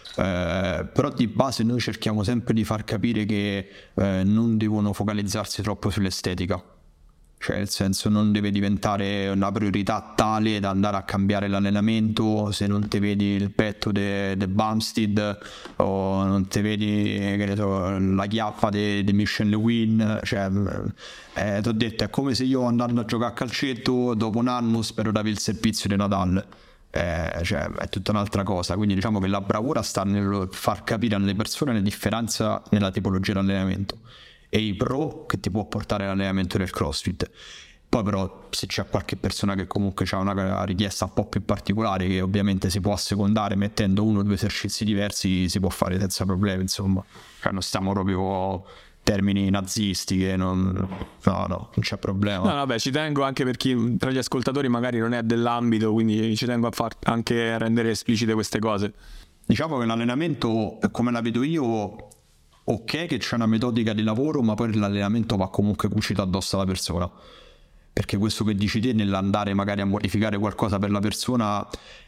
Però di base noi cerchiamo sempre di far capire che non devono focalizzarsi troppo sull'estetica, cioè nel senso non deve diventare una priorità tale da andare a cambiare l'allenamento se non ti vedi il petto de Bumstead o non ti vedi, che ne so, la chiappa di Michel Lewin. Cioè ti ho detto, è come se io andando a giocare a calcetto dopo un anno spero di avere il servizio di Nadal. Cioè è tutta un'altra cosa. Quindi diciamo che la bravura sta nel far capire alle persone la differenza nella tipologia di allenamento e i pro che ti può portare l'allenamento del CrossFit. Poi però se c'è qualche persona che comunque ha una richiesta un po' più particolare, che ovviamente si può assecondare mettendo 1 o 2 esercizi diversi, si può fare senza problemi, insomma. Cioè non stiamo proprio termini nazisti che non c'è problema. No, vabbè, ci tengo anche per chi tra gli ascoltatori magari non è dell'ambito, quindi ci tengo a anche a rendere esplicite queste cose. Diciamo che l'allenamento, come la vedo io, ok che c'è una metodica di lavoro, ma poi l'allenamento va comunque cucito addosso alla persona, perché questo che dici te nell'andare magari a modificare qualcosa per la persona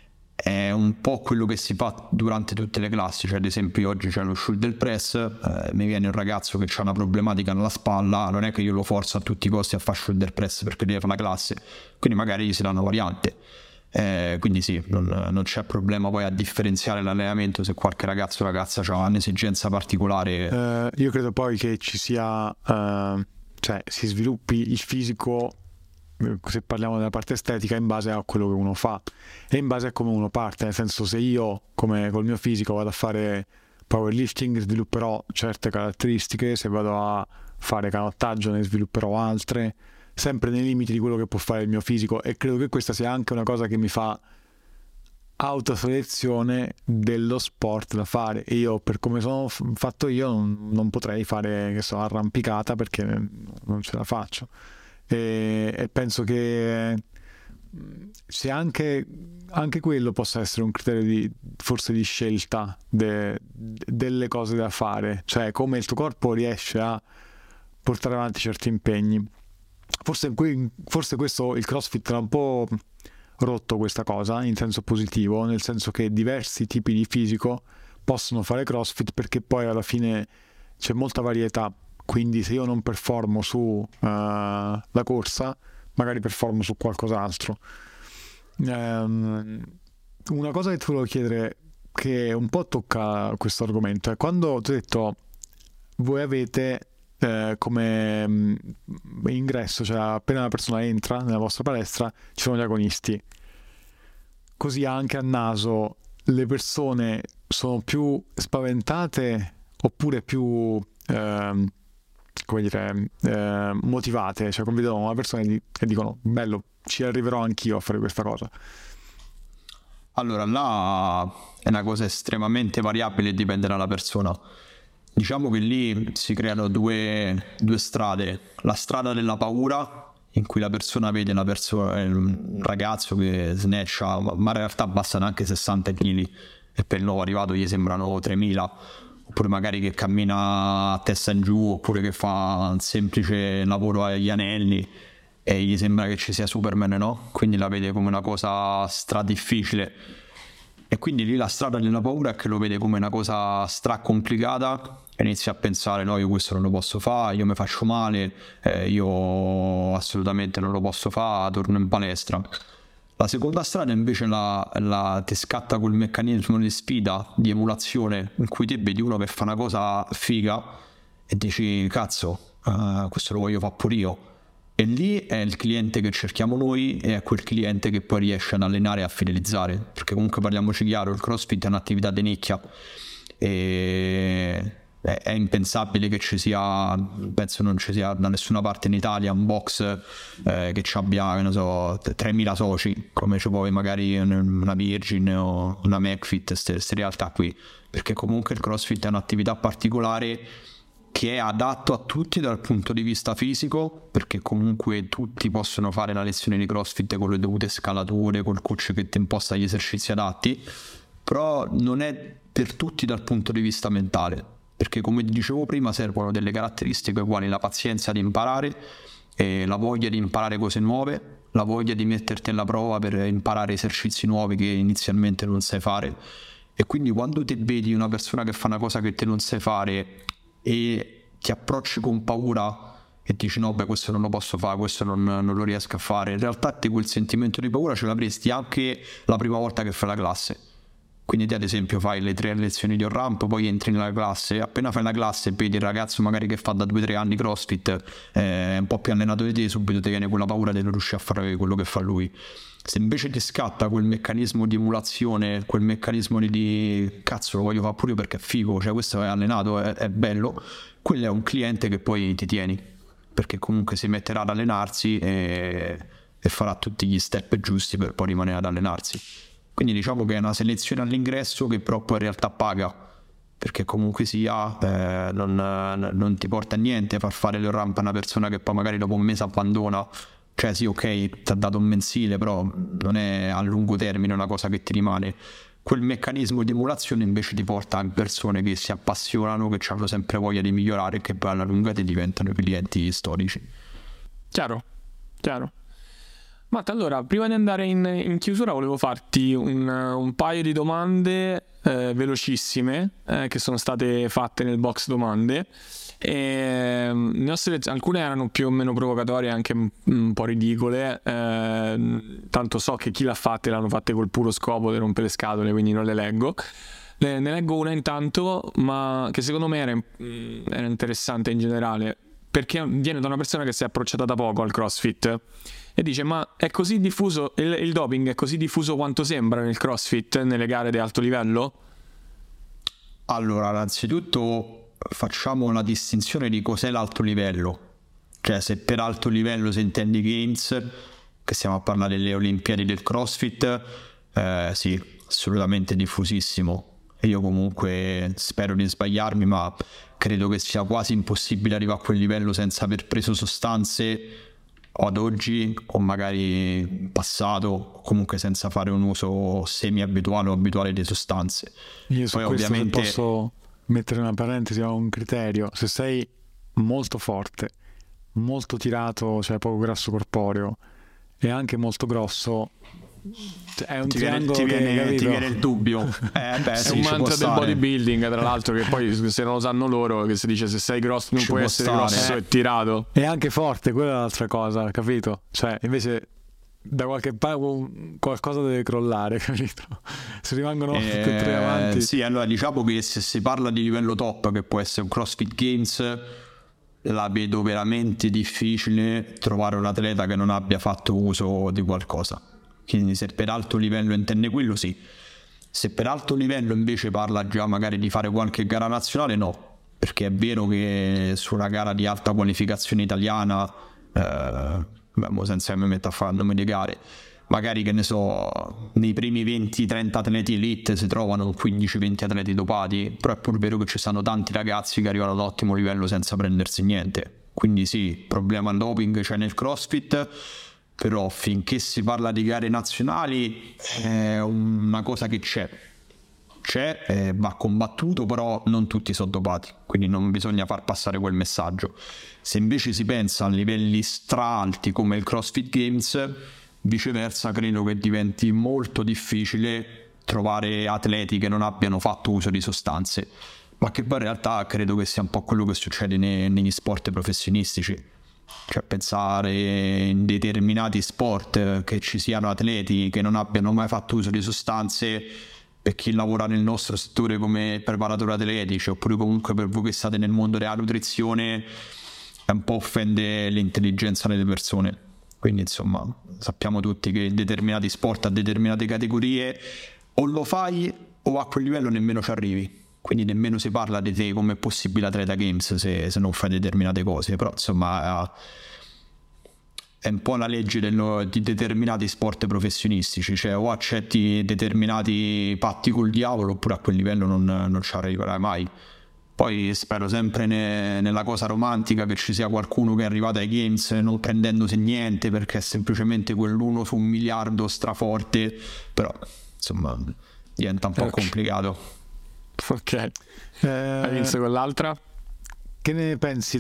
è un po' quello che si fa durante tutte le classi. Cioè ad esempio oggi c'è lo shoulder press, mi viene un ragazzo che ha una problematica nella spalla, non è che io lo forzo a tutti i costi a fare shoulder press perché deve fare una classe, quindi magari gli si dà una variante. Quindi sì, non c'è problema poi a differenziare l'allenamento se qualche ragazzo o ragazza ha un'esigenza particolare. Io credo poi che ci sia, cioè si sviluppi il fisico, se parliamo della parte estetica, in base a quello che uno fa e in base a come uno parte. Nel senso, se io come col mio fisico vado a fare powerlifting svilupperò certe caratteristiche, se vado a fare canottaggio ne svilupperò altre, sempre nei limiti di quello che può fare il mio fisico. E credo che questa sia anche una cosa che mi fa autoselezione dello sport da fare. E io, per come sono fatto io, non potrei fare, che so, arrampicata perché non ce la faccio. E penso che se anche quello possa essere un criterio forse di scelta delle cose da fare, cioè come il tuo corpo riesce a portare avanti certi impegni. Forse questo il CrossFit l'ha un po' rotto questa cosa in senso positivo, nel senso che diversi tipi di fisico possono fare CrossFit perché poi alla fine c'è molta varietà. Quindi se io non performo su la corsa, magari performo su qualcos'altro. Una cosa che ti volevo chiedere, che un po' tocca questo argomento, è quando ti ho detto voi avete come ingresso, cioè appena una persona entra nella vostra palestra ci sono gli agonisti, così anche a naso le persone sono più spaventate oppure più come dire, motivate, cioè come vedono una persona e dicono bello, ci arriverò anch'io a fare questa cosa? Allora, là è una cosa estremamente variabile e dipende dalla persona. Diciamo che lì si creano due strade. La strada della paura, in cui la persona vede un ragazzo che snatcha, ma in realtà bastano anche 60 kg e per il nuovo arrivato gli sembrano 3000, oppure magari che cammina a testa in giù, oppure che fa un semplice lavoro agli anelli e gli sembra che ci sia Superman, no? Quindi la vede come una cosa difficile. E quindi lì la strada della paura è che lo vede come una cosa complicata e inizia a pensare no, io questo non lo posso fare, io mi faccio male, io assolutamente non lo posso fare, torno in palestra. La seconda strada invece ti scatta quel meccanismo di sfida, di emulazione, in cui te vedi uno che fa una cosa figa e dici cazzo, questo lo voglio fare pure io. E lì è il cliente che cerchiamo noi e è quel cliente che poi riesce ad allenare e a fidelizzare, perché comunque parliamoci chiaro, il CrossFit è un'attività di nicchia e è impensabile che ci sia, penso non ci sia da nessuna parte in Italia un box che ci abbia, non so, 3.000 soci, come ci può magari una Virgin o una McFit, queste realtà qui, perché comunque il CrossFit è un'attività particolare che è adatto a tutti dal punto di vista fisico, perché comunque tutti possono fare la lezione di CrossFit con le dovute scalature, col coach che ti imposta gli esercizi adatti, però non è per tutti dal punto di vista mentale, perché come dicevo prima servono delle caratteristiche quali la pazienza di imparare, la voglia di imparare cose nuove, la voglia di metterti alla prova per imparare esercizi nuovi che inizialmente non sai fare. E quindi quando ti vedi una persona che fa una cosa che te non sai fare e ti approcci con paura e dici no, beh, questo non lo posso fare, questo non lo riesco a fare, in realtà te quel sentimento di paura ce l'avresti anche la prima volta che fai la classe. Quindi te ad esempio fai le 3 lezioni di on-ramp, poi entri nella classe, appena fai la classe e vedi il ragazzo magari che fa da 2-3 anni CrossFit, è un po' più allenato di te, subito ti viene quella paura di non riuscire a fare quello che fa lui. Se invece ti scatta quel meccanismo di emulazione, quel meccanismo di cazzo lo voglio fare pure io perché è figo, cioè questo è allenato, è bello, quello è un cliente che poi ti tieni, perché comunque si metterà ad allenarsi e farà tutti gli step giusti per poi rimanere ad allenarsi. Quindi diciamo che è una selezione all'ingresso che però poi in realtà paga, perché comunque sia non ti porta a niente far fare le rampe a una persona che poi magari dopo un mese abbandona. Cioè sì, ok, ti ha dato un mensile, però non è a lungo termine una cosa che ti rimane. Quel meccanismo di emulazione invece ti porta a persone che si appassionano, che hanno sempre voglia di migliorare e che poi alla lunga ti diventano clienti storici. Chiaro. Matt, allora, prima di andare in chiusura volevo farti un paio di domande velocissime che sono state fatte nel box domande. E alcune erano più o meno provocatorie, anche un po' ridicole, tanto so che chi l'ha fatte l'hanno fatte col puro scopo di rompere le scatole, quindi non le leggo. Ne leggo una intanto, ma che secondo me era interessante in generale, perché viene da una persona che si è approcciata da poco al CrossFit e dice: ma è così diffuso, il doping è così diffuso quanto sembra nel CrossFit, nelle gare di alto livello? Allora, innanzitutto facciamo una distinzione di cos'è l'alto livello. Cioè, se per alto livello si intende Games, che stiamo a parlare delle Olimpiadi del CrossFit, sì, assolutamente diffusissimo. E io comunque spero di sbagliarmi, ma credo che sia quasi impossibile arrivare a quel livello senza aver preso sostanze ad oggi, o magari in passato, o comunque senza fare un uso semi-abituale o abituale di sostanze. Io su poi questo, ovviamente se posso mettere una parentesi, ho un criterio: se sei molto forte, molto tirato, cioè poco grasso corporeo, e anche molto grosso, è un triangolo ti viene il dubbio. Beh, sì, è un mantra del bodybuilding, tra l'altro, che poi se non lo sanno loro, che si dice se sei grosso non puoi essere grosso e tirato. E anche forte, quella è l'altra cosa, capito? Cioè invece da qualche parte qualcosa deve crollare, capito? Se rimangono tutti e tre avanti. Sì, allora diciamo che se si parla di livello top, che può essere un CrossFit Games, la vedo veramente difficile trovare un atleta che non abbia fatto uso di qualcosa. Quindi se per alto livello intende quello, sì. Se per alto livello invece parla già magari di fare qualche gara nazionale, no, perché è vero che su una gara di alta qualificazione italiana, senza che mi metta a fare nome di gare, magari, che ne so, nei primi 20-30 atleti elite si trovano 15-20 atleti dopati, però è pur vero che ci sono tanti ragazzi che arrivano ad ottimo livello senza prendersi niente. Quindi sì, problema doping c'è nel CrossFit, però finché si parla di gare nazionali è una cosa che c'è, va combattuto, però non tutti sono dopati, quindi non bisogna far passare quel messaggio. Se invece si pensa a livelli stra-alti come il CrossFit Games, viceversa credo che diventi molto difficile trovare atleti che non abbiano fatto uso di sostanze, ma che poi in realtà credo che sia un po' quello che succede negli sport professionistici. Cioè, pensare in determinati sport che ci siano atleti che non abbiano mai fatto uso di sostanze, per chi lavora nel nostro settore come preparatori atletici, oppure comunque per voi che state nel mondo della nutrizione, è un po' offende l'intelligenza delle persone. Quindi insomma sappiamo tutti che in determinati sport, a determinate categorie, o lo fai o a quel livello nemmeno ci arrivi. quindi nemmeno si parla di te come possibile atleta games se non fai determinate cose. Però insomma è un po' la legge di determinati sport professionistici, cioè o accetti determinati patti col diavolo oppure a quel livello non ci arriverai mai. Poi spero sempre nella cosa romantica che ci sia qualcuno che è arrivato ai games non prendendosi niente perché è semplicemente quell'uno su 1 miliardo straforte, però insomma diventa un po' complicato. Ok, hai vinto con l'altra? Che ne pensi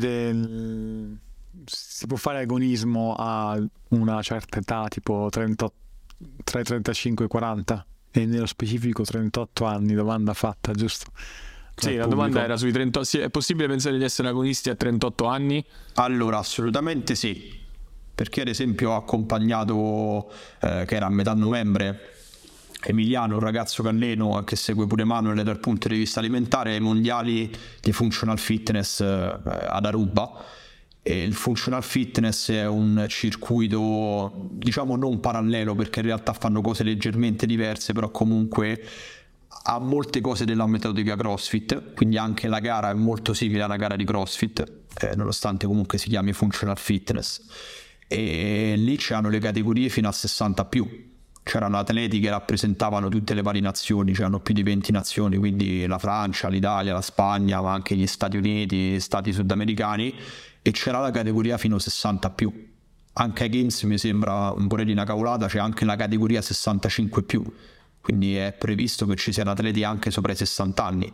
si può fare agonismo a una certa età, tipo 38, tra i 35 e i 40? E nello specifico 38 anni, domanda fatta, giusto? Sì, la domanda era sui 38. Sì, è possibile pensare di essere agonisti a 38 anni? Allora, assolutamente sì, perché ad esempio ho accompagnato, che era a metà novembre, Emiliano, un ragazzo che alleno, che segue pure Manuel dal punto di vista alimentare, ai mondiali di functional fitness ad Aruba. E il functional fitness è un circuito, diciamo, non parallelo, perché in realtà fanno cose leggermente diverse, però comunque ha molte cose della metodica CrossFit, quindi anche la gara è molto simile alla gara di CrossFit, nonostante comunque si chiami functional fitness. E lì c'erano le categorie fino a 60+. C'erano atleti che rappresentavano tutte le varie nazioni, c'erano più di 20 nazioni, quindi la Francia, l'Italia, la Spagna, ma anche gli Stati Uniti, stati sudamericani, e c'era la categoria fino a 60+. Anche ai Games, mi sembra un po' di una cavolata, c'è anche la categoria 65+, quindi è previsto che ci siano atleti anche sopra i 60 anni.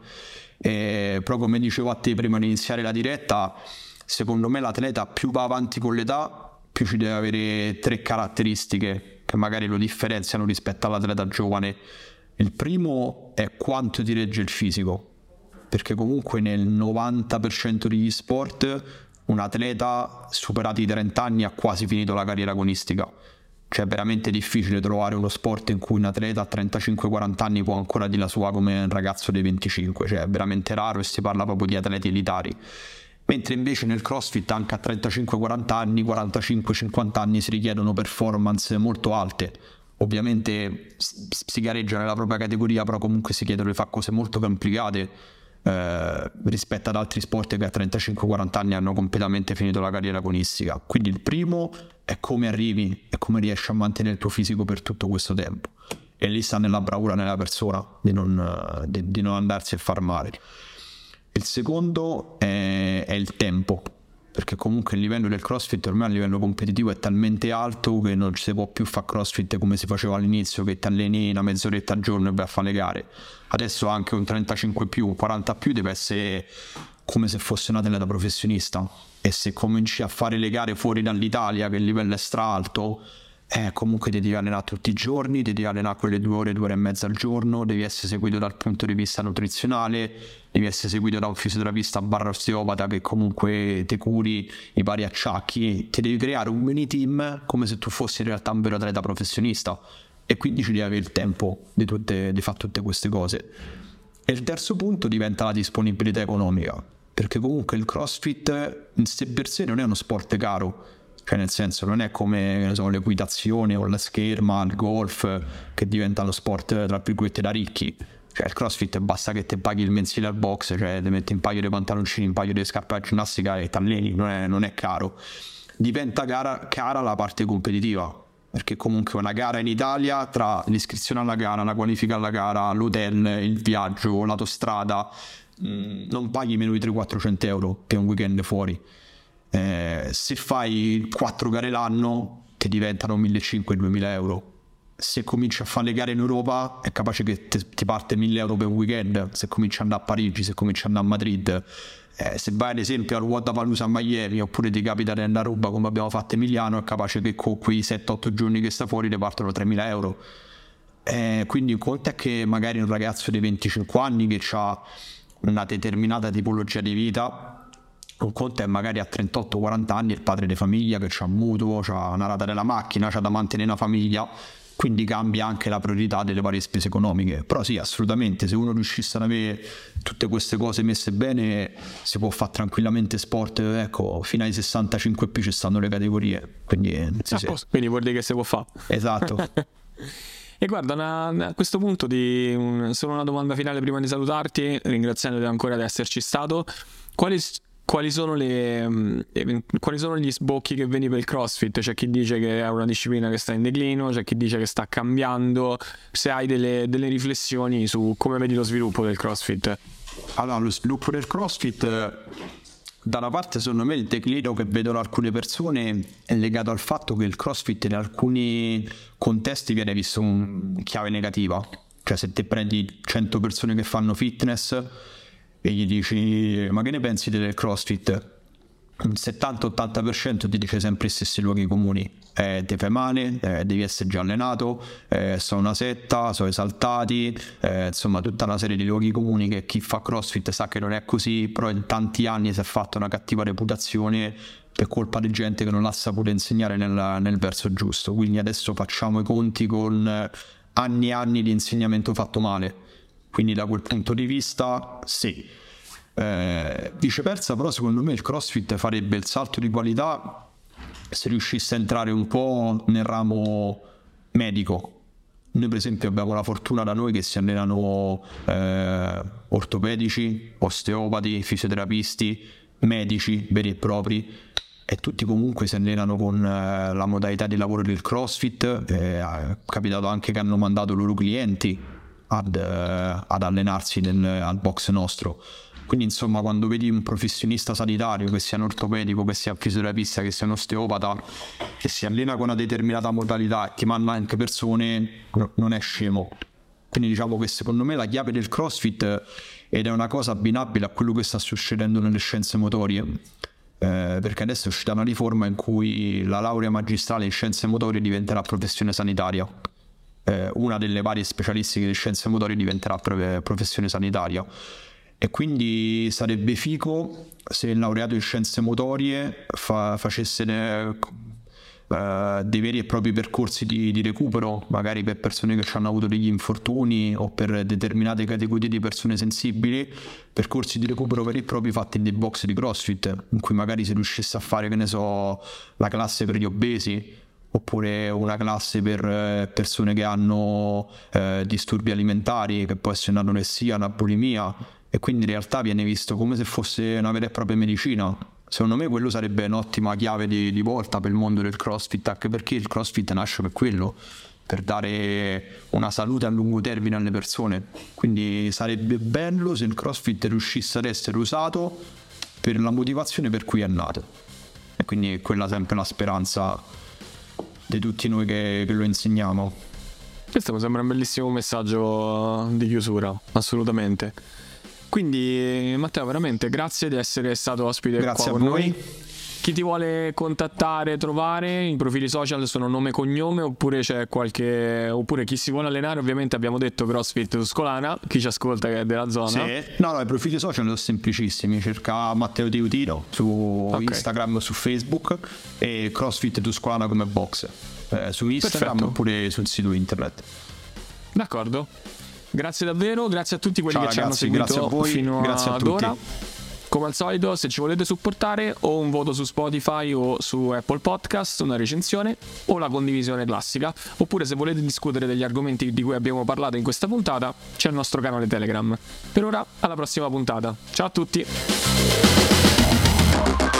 E proprio come dicevo a te prima di iniziare la diretta, secondo me l'atleta più va avanti con l'età, più ci deve avere 3 caratteristiche che magari lo differenziano rispetto all'atleta giovane. Il primo è quanto ti regge il fisico, perché comunque nel 90% degli sport un atleta superati i 30 anni ha quasi finito la carriera agonistica. Cioè è veramente difficile trovare uno sport in cui un atleta a 35-40 anni può ancora dire la sua come un ragazzo dei 25, cioè è veramente raro, e si parla proprio di atleti elitari. Mentre invece nel CrossFit anche a 35-40 anni, 45-50 anni si richiedono performance molto alte. Ovviamente si gareggia nella propria categoria, però comunque si chiedono di fare cose molto complicate rispetto ad altri sport che a 35-40 anni hanno completamente finito la carriera agonistica. Quindi il primo è come arrivi e come riesci a mantenere il tuo fisico per tutto questo tempo, e lì sta nella bravura nella persona di non andarsi a far male. Il secondo è il tempo, perché comunque il livello del CrossFit ormai a livello competitivo è talmente alto che non si può più fare CrossFit come si faceva all'inizio, che ti alleni una mezz'oretta al giorno e vai a fare le gare. Adesso anche un 35+, 40+, deve essere come se fosse un atleta professionista, e se cominci a fare le gare fuori dall'Italia, che il livello è stra alto, comunque ti devi allenare tutti i giorni, ti devi allenare quelle 2 ore, 2 ore e mezza al giorno, devi essere seguito dal punto di vista nutrizionale, devi essere seguito da un fisioterapista / osteopata che comunque ti curi i vari acciacchi, ti devi creare un mini team come se tu fossi in realtà un vero atleta professionista, e quindi ci devi avere il tempo di fare tutte queste cose. E il terzo punto diventa la disponibilità economica, perché comunque il CrossFit in sé per sé non è uno sport caro. Cioè nel senso non è come l'equitazione o la scherma, il golf, che diventa lo sport tra virgolette da ricchi. Cioè il CrossFit basta che ti paghi il mensile al box, cioè ti metti un paio di pantaloncini, un paio di scarpe da ginnastica e ti alleni, non è caro. Diventa cara la parte competitiva, perché comunque una gara in Italia, tra l'iscrizione alla gara, la qualifica alla gara, l'hotel, il viaggio, l'autostrada, non paghi meno di 300-400 euro per un weekend fuori. Se fai 4 gare l'anno ti diventano 1.500-2.000 euro. Se cominci a fare le gare in Europa è capace che ti parte 1.000 euro per un weekend. Se cominci ad andare a Parigi, se cominci ad andare a Madrid, se vai ad esempio al Wodapalooza a Miami, oppure ti capita di andare a Aruba come abbiamo fatto a Emiliano, è capace che con quei 7-8 giorni che sta fuori ti partono 3.000 euro. Quindi un conto è che magari un ragazzo di 25 anni che ha una determinata tipologia di vita, un conto è magari a 38-40 anni il padre di famiglia che c'ha un mutuo, c'ha una rata della macchina, c'ha da mantenere una famiglia, quindi cambia anche la priorità delle varie spese economiche. Però sì, assolutamente, se uno riuscisse ad avere tutte queste cose messe bene, si può fare tranquillamente sport, ecco, fino ai 65 più ci stanno le categorie, quindi sì. Quindi vuol dire che si può fare. Esatto. E guarda, a questo punto solo una domanda finale prima di salutarti, ringraziandoti ancora di esserci stato. Quali sono gli sbocchi che vedi per il CrossFit? C'è chi dice che è una disciplina che sta in declino, c'è chi dice che sta cambiando. Se hai delle riflessioni su come vedi lo sviluppo del CrossFit. Allora, lo sviluppo del CrossFit, da una parte secondo me il declino che vedono alcune persone è legato al fatto che il CrossFit in alcuni contesti viene visto in chiave negativa. Cioè, se te prendi 100 persone che fanno fitness e gli dici ma che ne pensi del CrossFit, il 70-80% ti dice sempre i stessi luoghi comuni: ti fai male, devi essere già allenato, sono una setta, sono esaltati, insomma tutta una serie di luoghi comuni che chi fa CrossFit sa che non è così, però in tanti anni si è fatta una cattiva reputazione per colpa di gente che non l'ha saputo insegnare nel verso giusto. Quindi adesso facciamo i conti con anni e anni di insegnamento fatto male. Quindi da quel punto di vista sì. Viceversa però secondo me il CrossFit farebbe il salto di qualità se riuscisse a entrare un po' nel ramo medico. Noi per esempio abbiamo la fortuna da noi che si allenano ortopedici, osteopati, fisioterapisti, medici veri e propri, e tutti comunque si allenano con la modalità di lavoro del CrossFit. È capitato anche che hanno mandato i loro clienti ad allenarsi al box nostro. Quindi insomma, quando vedi un professionista sanitario, che sia un ortopedico, che sia un fisioterapista, che sia un osteopata, che si allena con una determinata modalità e che manda anche persone, non è scemo. Quindi diciamo che secondo me la chiave del CrossFit, ed è una cosa abbinabile a quello che sta succedendo nelle scienze motorie, perché adesso è uscita una riforma in cui la laurea magistrale in scienze motorie diventerà professione sanitaria. Una delle varie specialistiche di scienze motorie diventerà professione sanitaria, e quindi sarebbe figo se il laureato in scienze motorie facesse dei veri e propri percorsi di recupero, magari per persone che hanno avuto degli infortuni o per determinate categorie di persone sensibili, percorsi di recupero veri e propri fatti in dei box di CrossFit, in cui magari si riuscisse a fare, che ne so, la classe per gli obesi, oppure una classe per persone che hanno disturbi alimentari, che può essere un'anoressia, una bulimia, e quindi in realtà viene visto come se fosse una vera e propria medicina. Secondo me quello sarebbe un'ottima chiave di volta per il mondo del CrossFit, anche perché il CrossFit nasce per quello, per dare una salute a lungo termine alle persone. Quindi sarebbe bello se il CrossFit riuscisse ad essere usato per la motivazione per cui è nato, e quindi è quella sempre la speranza di tutti noi che lo insegniamo. Questo mi sembra un bellissimo messaggio di chiusura, assolutamente. Quindi Matteo, veramente grazie di essere stato ospite Grazie qua a con voi. noi. Chi ti vuole contattare, trovare, i profili social sono nome e cognome, oppure c'è oppure chi si vuole allenare, ovviamente abbiamo detto CrossFit Tuscolana, chi ci ascolta che è della zona. Sì. No, i profili social sono semplicissimi, cerca Matteo Teutino su Instagram, su Facebook, e CrossFit Tuscolana come box su Instagram. Perfetto. Oppure sul sito internet. D'accordo. Grazie davvero, grazie a tutti quelli che ci hanno seguito fino ad ora. Come al solito, se ci volete supportare, o un voto su Spotify o su Apple Podcast, una recensione o la condivisione classica, oppure se volete discutere degli argomenti di cui abbiamo parlato in questa puntata, c'è il nostro canale Telegram. Per ora, alla prossima puntata. Ciao a tutti!